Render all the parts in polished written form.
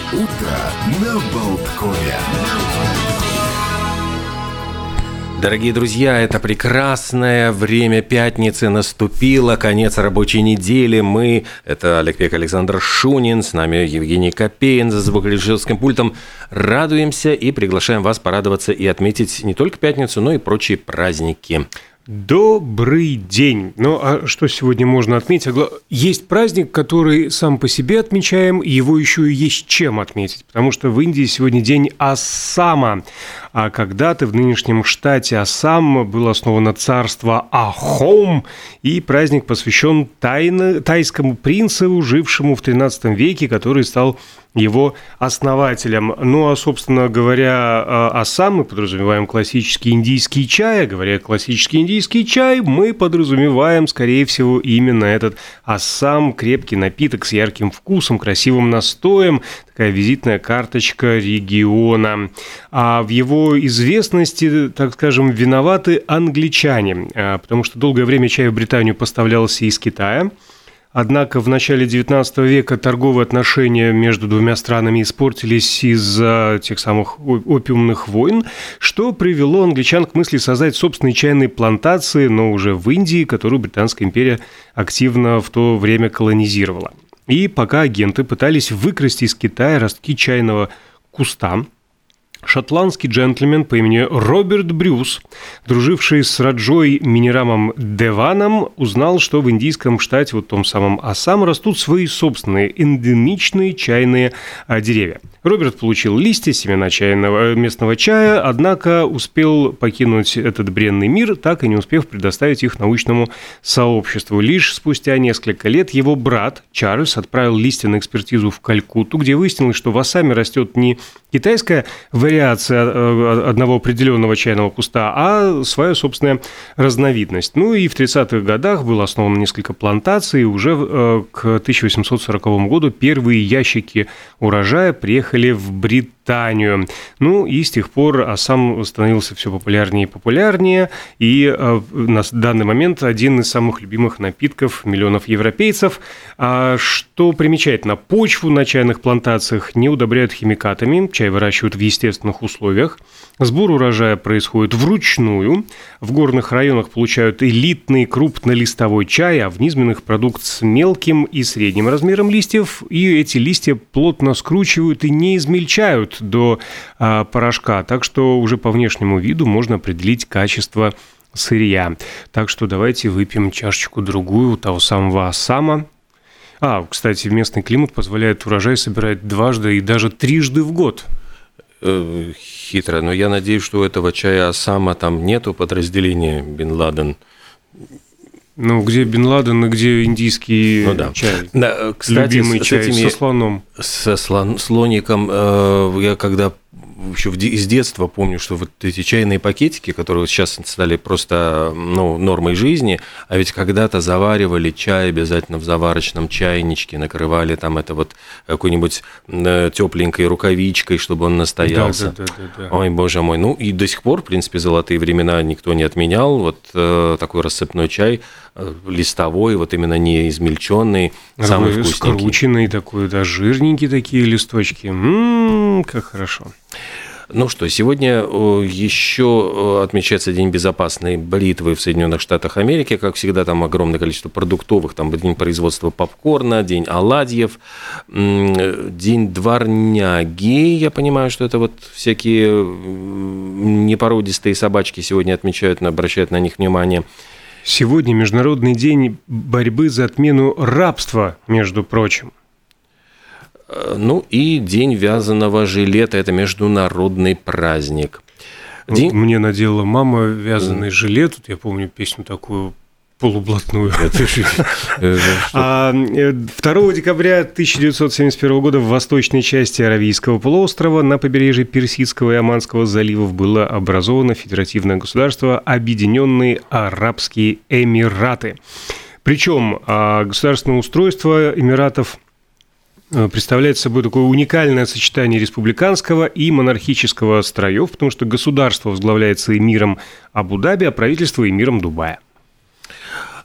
Утро на Болткове. Дорогие друзья, это прекрасное время пятницы наступило, конец рабочей недели. Это Олег Пек, Александр Шунин, с нами Евгений Копейн за звукорежиссерским пультом. Радуемся и приглашаем вас порадоваться и отметить не только пятницу, но и прочие праздники. Добрый день! Ну, а что сегодня можно отметить? Есть праздник, который сам по себе отмечаем, и его еще и есть чем отметить, потому что в Индии сегодня день Ассама. А когда-то в нынешнем штате Ассам было основано царство Ахом, и праздник посвящен тайскому принцу, жившему в XIII веке, который стал его основателем. Ну, а, собственно говоря, Ассам мы подразумеваем классический индийский чай, а говоря классический индийский чай, мы подразумеваем, скорее всего, именно этот Ассам, крепкий напиток с ярким вкусом, красивым настоем, такая визитная карточка региона. А в его известности, так скажем, виноваты англичане, потому что долгое время чай в Британию поставлялся из Китая. Однако в начале XIX века торговые отношения между двумя странами испортились из-за тех самых опиумных войн, что привело англичан к мысли создать собственные чайные плантации, но уже в Индии, которую Британская империя активно в то время колонизировала. И пока агенты пытались выкрасть из Китая ростки чайного куста, шотландский джентльмен по имени Роберт Брюс, друживший с Раджой Минирамом Деваном, узнал, что в индийском штате, вот том самом Ассам, растут свои собственные эндемичные чайные деревья. Роберт получил листья, семена местного чая, однако успел покинуть этот бренный мир, так и не успев предоставить их научному сообществу. Лишь спустя несколько лет его брат Чарльз отправил листья на экспертизу в Калькутту, где выяснилось, что в Ассаме растет не китайская вариация одного определенного чайного куста, а своя собственная разновидность. Ну и в 30-х годах было основано несколько плантаций, и уже к 1840 году первые ящики урожая приехали в Британию. Ну и с тех пор Ассам становился все популярнее и популярнее, и на данный момент один из самых любимых напитков миллионов европейцев. Что примечательно, почву на чайных плантациях не удобряют химикатами, чай выращивают в естественных условиях. Сбор урожая происходит вручную. В горных районах получают элитный крупнолистовой чай, а в низменных продукт с мелким и средним размером листьев. И эти листья плотно скручивают и не измельчают до порошка. Так что уже по внешнему виду можно определить качество сырья. Так что давайте выпьем чашечку-другую того самого Ассама. Кстати, местный климат позволяет урожай собирать дважды и даже трижды в год. Хитро, но я надеюсь, что у этого чая Ассама там нету подразделения Бен Ладен. Ну, где Бен Ладен и где индийский чай? Да, кстати, любимый чай со слоном. Со слоником я когда еще из детства помню, что вот эти чайные пакетики, которые вот сейчас стали просто нормой жизни, а ведь когда-то заваривали чай обязательно в заварочном чайничке, накрывали там это вот какой-нибудь тепленькой рукавичкой, чтобы он настоялся. Да. Ой, боже мой. Ну и до сих пор, в принципе, золотые времена никто не отменял. Вот такой рассыпной чай, листовой, вот именно не измельченный, самый вкусненький. Скрученный такой, да, жирненькие такие листочки. Как хорошо. Ну что, сегодня еще отмечается День безопасной бритвы в Соединенных Штатах Америки. Как всегда, там огромное количество продуктовых, там день производства попкорна, день оладьев, день дворняги. Я понимаю, что это вот всякие непородистые собачки сегодня отмечают, обращают на них внимание. Сегодня Международный день борьбы за отмену рабства, между прочим. Ну и День вязаного жилета – это международный праздник. Мне надела мама вязаный жилет, я помню песню такую полублатную. 2 декабря 1971 года в восточной части Аравийского полуострова на побережье Персидского и Оманского заливов было образовано федеративное государство Объединенные Арабские Эмираты. Причем государственное устройство Эмиратов представляет собой такое уникальное сочетание республиканского и монархического строев, потому что государство возглавляется эмиром Абу-Даби, а правительство эмиром Дубая.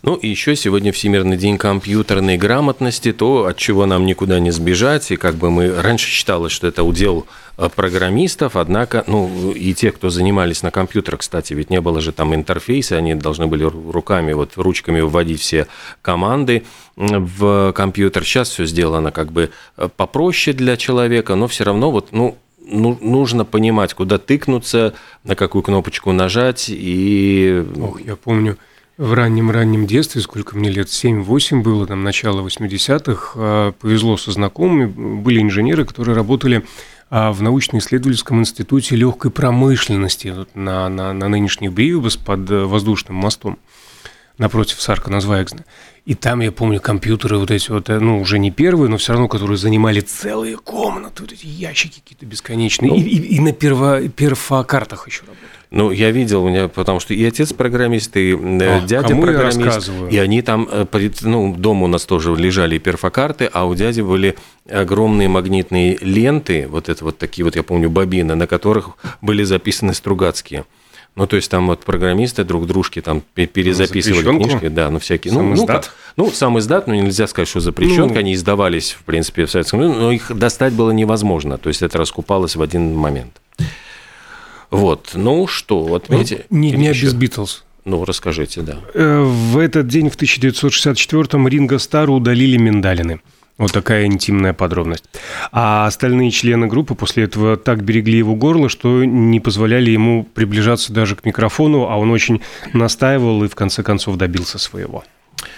Ну, и еще сегодня Всемирный день компьютерной грамотности, то, от чего нам никуда не сбежать, и как бы мы раньше считалось, что это удел программистов, однако, ну, и те, кто занимались на компьютерах, кстати, ведь не было же там интерфейса, они должны были руками, вот ручками вводить все команды в компьютер. Сейчас все сделано как бы попроще для человека, но все равно вот, нужно понимать, куда тыкнуться, на какую кнопочку нажать и... Ох, я помню, в раннем детстве, сколько мне лет, 7-8 было, там, начало 80-х, повезло со знакомыми, были инженеры, которые работали в научно-исследовательском институте легкой промышленности на нынешних Бриубас под воздушным мостом напротив Сарка-на-Звайгзне. И там, я помню, компьютеры вот эти вот, уже не первые, но все равно, которые занимали целые комнаты, вот эти ящики какие-то бесконечные, и на перфокартах еще работали. Ну, я видел, у меня, потому что и отец программист, и дядя программист, и они там, дома у нас тоже лежали перфокарты, а у дяди были огромные магнитные ленты, вот это вот такие вот, я помню, бобины, на которых были записаны Стругацкие. Ну, то есть там вот программисты друг дружке там перезаписывали книжки, да, всякие. Сам издат, нельзя сказать, что запрещенка, они издавались, в принципе, в Советском Союзе, но их достать было невозможно, то есть это раскупалось в один момент. Вот, что, отметьте? Не без Битлз. Расскажите, да. В этот день, в 1964-м, Ринго Старру удалили миндалины. Вот такая интимная подробность. А остальные члены группы после этого так берегли его горло, что не позволяли ему приближаться даже к микрофону, а он очень настаивал и в конце концов добился своего.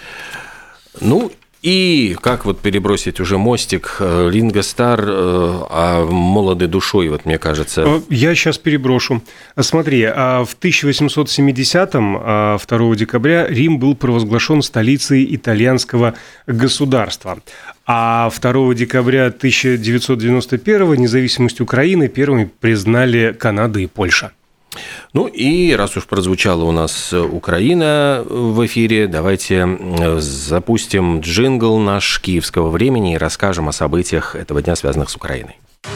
И как вот перебросить уже мостик, Ринго Старр, молодой душой, вот мне кажется. Я сейчас переброшу. Смотри, в 1870-м, 2 декабря, Рим был провозглашен столицей итальянского государства. А 2 декабря 1991-го независимость Украины первыми признали Канада и Польша. И раз уж прозвучала у нас Украина в эфире, давайте запустим джингл наш киевского времени и расскажем о событиях этого дня, связанных с Украиной.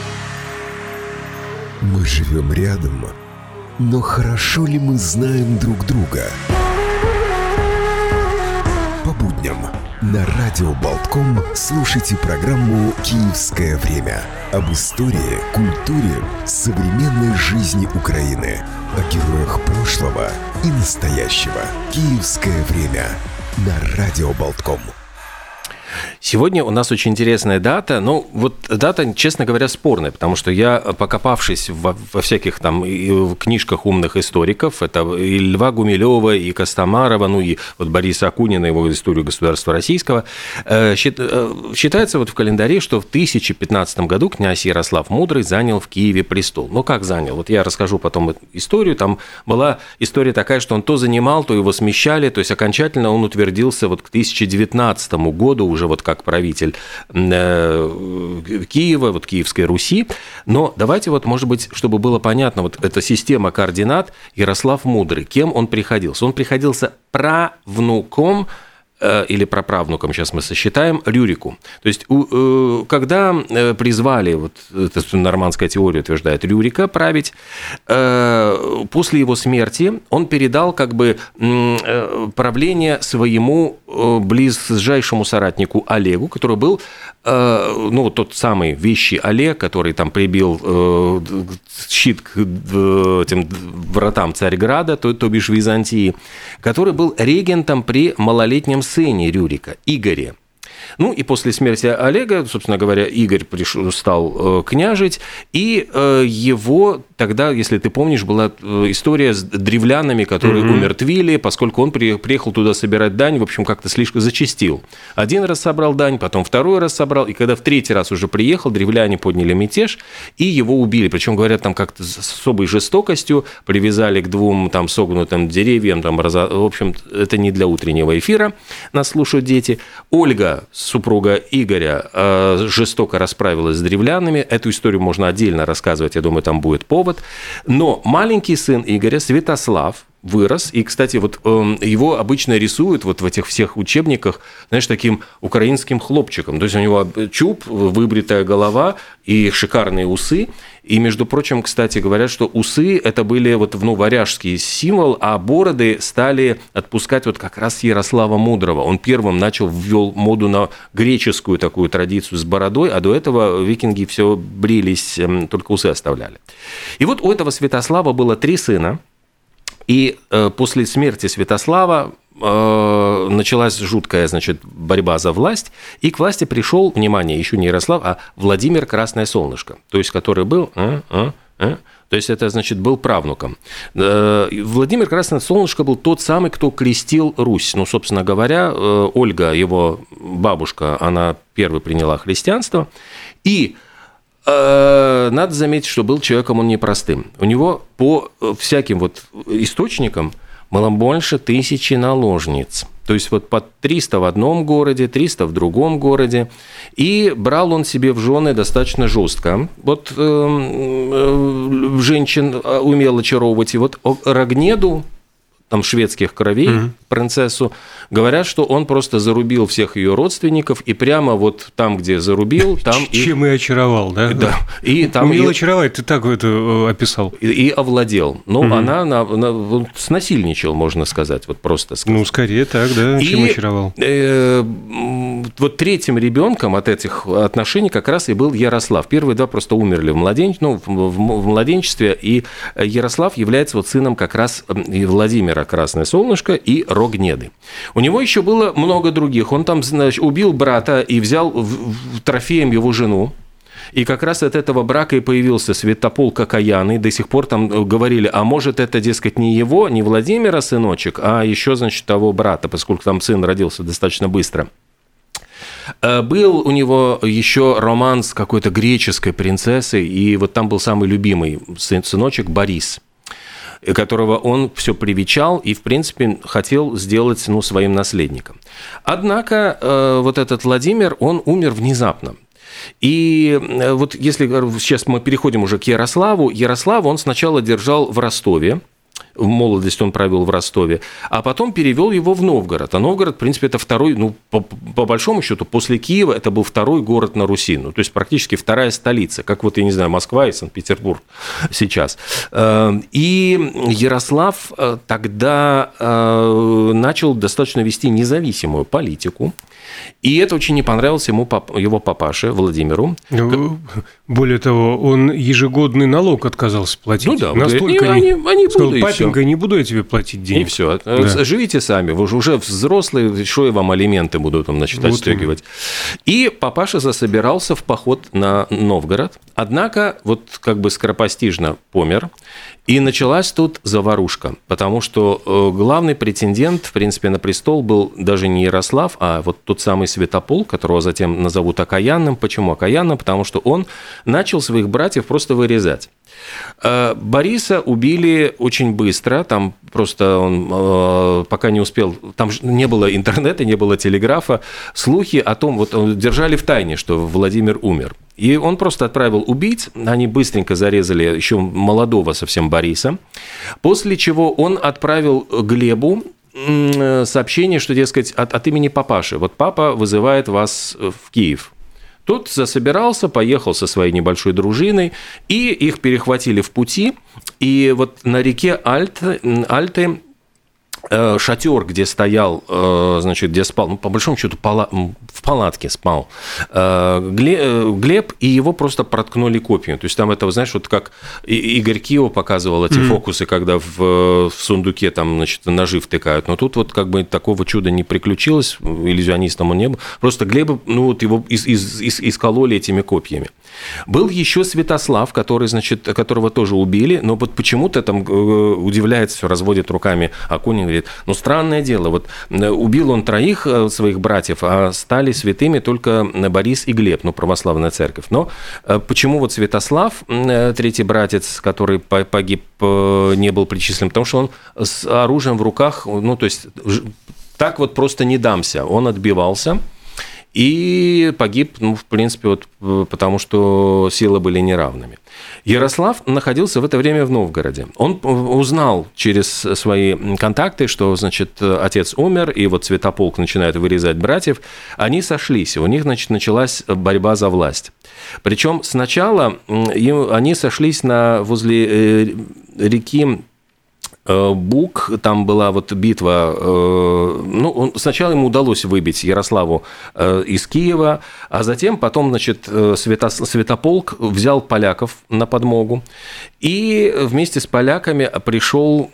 Мы живем рядом, но хорошо ли мы знаем друг друга? По будням на Радио Болтком слушайте программу «Киевское время» об истории, культуре, современной жизни Украины, о героях прошлого и настоящего. «Киевское время» на Радио Болтком. Сегодня у нас очень интересная дата, дата, честно говоря, спорная, потому что я, покопавшись во всяких там книжках умных историков, это и Льва Гумилева, и Костомарова, и вот Бориса Акунина, его историю государства российского, считается вот в календаре, что в 1015 году князь Ярослав Мудрый занял в Киеве престол. Как занял? Вот я расскажу потом историю, там была история такая, что он то занимал, то его смещали, то есть окончательно он утвердился вот к 1019 году уже вот как правитель Киева, вот Киевской Руси. Но давайте может быть, чтобы было понятно, вот эта система координат Ярослав Мудрый, кем он приходился? Он приходился правнуком или праправнуком, сейчас мы сосчитаем, Рюрику. То есть, когда призвали, вот эта нормандская теория утверждает, Рюрика править, после его смерти он передал как бы правление своему ближайшему соратнику Олегу, который был тот самый вещий Олег, который там прибил щит к этим вратам Царьграда, то бишь Византии, который был регентом при малолетнем сыне Рюрика, Игоре. И после смерти Олега, собственно говоря, Игорь стал княжить, и его тогда, если ты помнишь, была история с древлянами, которые умертвили, поскольку он приехал туда собирать дань, в общем, как-то слишком зачастил. Один раз собрал дань, потом второй раз собрал, и когда в третий раз уже приехал, древляне подняли мятеж, и его убили. Причем, говорят, там как-то с особой жестокостью, привязали к двум там согнутым деревьям, там, в общем, это не для утреннего эфира, нас слушают дети. Ольга, супруга Игоря, жестоко расправилась с древлянами. Эту историю можно отдельно рассказывать, я думаю, там будет повод. Но маленький сын Игоря, Святослав, вырос. И, кстати, вот его обычно рисуют вот в этих всех учебниках, знаешь, таким украинским хлопчиком. То есть у него чуб, выбритая голова и шикарные усы. И, между прочим, кстати, говорят, что усы – это были вот, варяжский символ, а бороды стали отпускать вот как раз Ярослава Мудрого. Он первым ввел моду на греческую такую традицию с бородой, а до этого викинги все брились, только усы оставляли. И вот у этого Святослава было 3 сына, и после смерти Святослава началась жуткая, борьба за власть, и к власти пришел, внимание, еще не Ярослав, а Владимир Красное Солнышко, то есть который был, то есть это, был правнуком. Владимир Красное Солнышко был тот самый, кто крестил Русь. Ну, собственно говоря, Ольга, его бабушка, она первой приняла христианство, и надо заметить, что был человеком он непростым. У него по всяким источникам было больше 1000 наложниц. То есть по 300 в одном городе, 300 в другом городе. И брал он себе в жены достаточно жестко. Женщин умел очаровывать. И Рогнеду, там шведских кровей, принцессу, говорят, что он просто зарубил всех ее родственников, и прямо там, где зарубил, там... Чем и очаровал, да? Да. И там умел очаровать, ты так это описал. И овладел. Но она снасильничал, можно сказать, просто сказать. Ну, скорее так, да, чем очаровал. Третьим ребенком от этих отношений как раз и был Ярослав. Первые 2 просто умерли в младенчестве, и Ярослав является сыном как раз Владимира Красное Солнышко и Рогнеды. У него еще было много других. Он там, убил брата и взял трофеем его жену. И как раз от этого брака и появился Святополк Окаянный. До сих пор там говорили, а может, это, дескать, не его, не Владимира сыночек, а еще, того брата, поскольку там сын родился достаточно быстро. Был у него еще роман с какой-то греческой принцессой, и там был самый любимый сыночек Борис, которого он все привечал и, в принципе, хотел сделать своим наследником. Однако этот Владимир, он умер внезапно. И если сейчас мы переходим уже к Ярославу, он сначала держал в Ростове, в молодости он провел в Ростове, а потом перевел его в Новгород. А Новгород, в принципе, это второй, по большому счету, после Киева это был второй город на Руси, то есть практически вторая столица, как я не знаю, Москва и Санкт-Петербург сейчас. И Ярослав тогда начал достаточно вести независимую политику. И это очень не понравилось его папаше Владимиру. Более того, он ежегодный налог отказался платить. Ну да, настолько они сказал, папенька, не буду я тебе платить денег. И все. Да. Живите сами, вы уже взрослые, что я вам алименты буду отстегивать. И папаша засобирался в поход на Новгород, однако скоропостижно помер. И началась тут заварушка, потому что главный претендент, в принципе, на престол был даже не Ярослав, а тот самый Святополк, которого затем назовут Окаянным. Почему Окаянным? Потому что он начал своих братьев просто вырезать. Бориса убили очень быстро, там просто он пока не успел, там не было интернета, не было телеграфа, слухи о том, держали в тайне, что Владимир умер. И он просто отправил убийц, они быстренько зарезали еще молодого совсем Бориса, после чего он отправил Глебу сообщение, что, дескать, от имени папаши, папа вызывает вас в Киев. Тот засобирался, поехал со своей небольшой дружиной, и их перехватили в пути, и на реке Альты шатер, где стоял, где спал, по большому счету, в палатке спал Глеб, и его просто проткнули копьем. То есть там это, как Игорь Кио показывал эти фокусы, когда в сундуке там, ножи втыкают. Но тут такого чуда не приключилось, иллюзионистом он не был. Просто Глеба, его искололи этими копьями. Был еще Святослав, которого тоже убили, но почему-то там удивляется, все разводит руками Акунин, говорит, странное дело, убил он 3 своих братьев, а стали святыми только Борис и Глеб, православная церковь. Но почему Святослав, 3-й братец, который погиб, не был причислен? Потому что он с оружием в руках, то есть так просто не дамся, он отбивался. и погиб, в принципе, вот, потому что силы были неравными. Ярослав находился в это время в Новгороде. Он узнал через свои контакты, что, значит, отец умер, и вот Святополк начинает вырезать братьев. Они сошлись, у них, значит, началась борьба за власть. Причем сначала они сошлись возле реки Буг, там была вот битва, сначала ему удалось выбить Ярославу из Киева, а затем потом, значит, Святополк взял поляков на подмогу и вместе с поляками пришел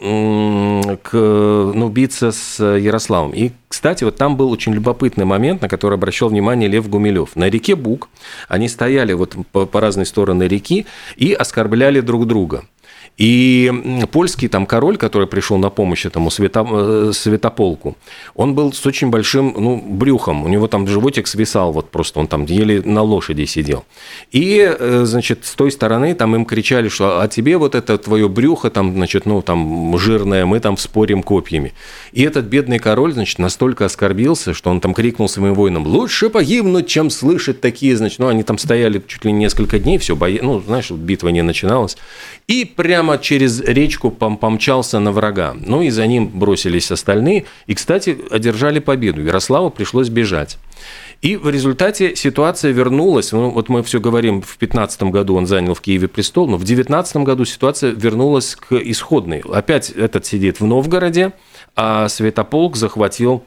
биться с Ярославом. И, кстати, вот там был очень любопытный момент, на который обращал внимание Лев Гумилев. На реке Буг они стояли вот по разные стороны реки и оскорбляли друг друга. И польский там король, который пришел на помощь этому Святополку, он был с очень большим брюхом, у него там животик свисал, вот просто он там еле на лошади сидел. И, значит, с той стороны там им кричали, что «а тебе вот это твое брюхо, там, значит, там жирное, мы там вспорим копьями». И этот бедный король, значит, настолько оскорбился, что он там крикнул своим воинам: «Лучше погибнуть, чем слышать такие», значит, они там стояли чуть ли не несколько дней, все, знаешь, битва не начиналась. И прямо через речку помчался на врага. И за ним бросились остальные. И, кстати, одержали победу. Ярославу пришлось бежать. И в результате ситуация вернулась. Вот мы все говорим, в 15 году он занял в Киеве престол, но в 19 году ситуация вернулась к исходной. Опять этот сидит в Новгороде, а Святополк захватил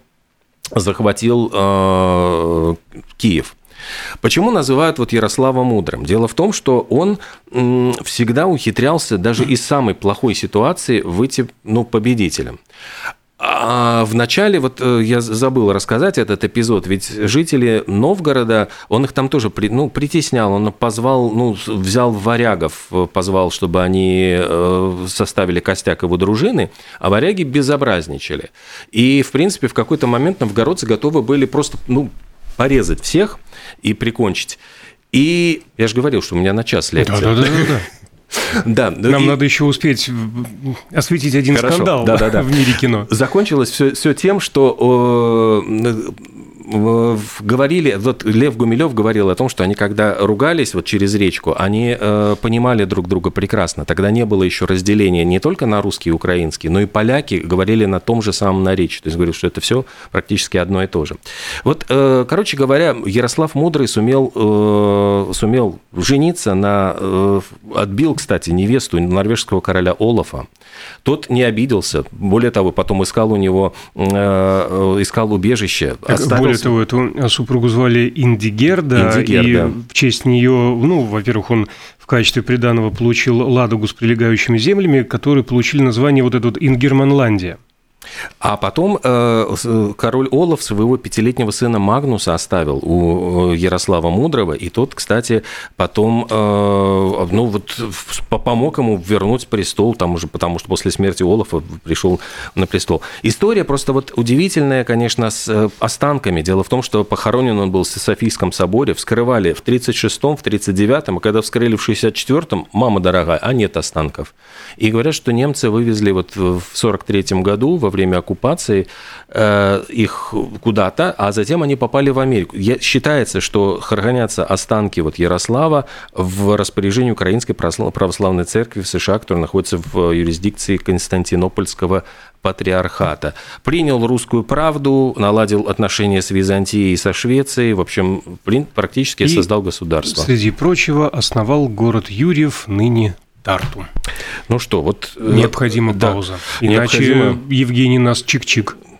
Киев. Почему называют вот Ярослава мудрым? Дело в том, что он всегда ухитрялся даже из самой плохой ситуации выйти победителем. А вначале, вот я забыл рассказать этот эпизод, ведь жители Новгорода, он их там тоже притеснял, он позвал, взял варягов, позвал, чтобы они составили костяк его дружины, а варяги безобразничали. И, в принципе, в какой-то момент новгородцы готовы были просто, порезать всех и прикончить. И я же говорил, что у меня на час лекция. Да. Нам надо еще успеть осветить один скандал в мире кино. Закончилось все тем, что говорили, вот Лев Гумилев говорил о том, что они, когда ругались вот через речку, они понимали друг друга прекрасно. Тогда не было еще разделения не только на русский и украинский, но и поляки говорили на том же самом наречии. То есть, говорю, что это все практически одно и то же. Вот, короче говоря, Ярослав Мудрый сумел жениться отбил, кстати, невесту норвежского короля Олафа. Тот не обиделся. Более того, потом искал убежище. Более того, эту супругу звали Ингигерда, и в честь нее, во-первых, он в качестве приданого получил Ладогу с прилегающими землями, которые получили название вот этот Ингерманландия. А потом король Олаф своего 5-летнего сына Магнуса оставил у Ярослава Мудрого, и тот, кстати, потом помог ему вернуть престол, там уже, потому что после смерти Олафа пришел на престол. История просто вот удивительная, конечно, с останками. Дело в том, что похоронен он был в Софийском соборе, вскрывали в 36-м, в 39-м, а когда вскрыли в 64-м, мама дорогая, а нет останков. И говорят, что немцы вывезли вот в 43-м году во время оккупации их куда-то, а затем они попали в Америку. Считается, что хранятся останки вот Ярослава в распоряжении Украинской православной церкви в США, которая находится в юрисдикции Константинопольского патриархата. Принял русскую правду, наладил отношения с Византией и со Швецией, в общем, практически создал государство. Среди прочего, основал город Юрьев, ныне Тарту. Ну что, вот... Необходима пауза. Иначе Евгений нас чик-чик.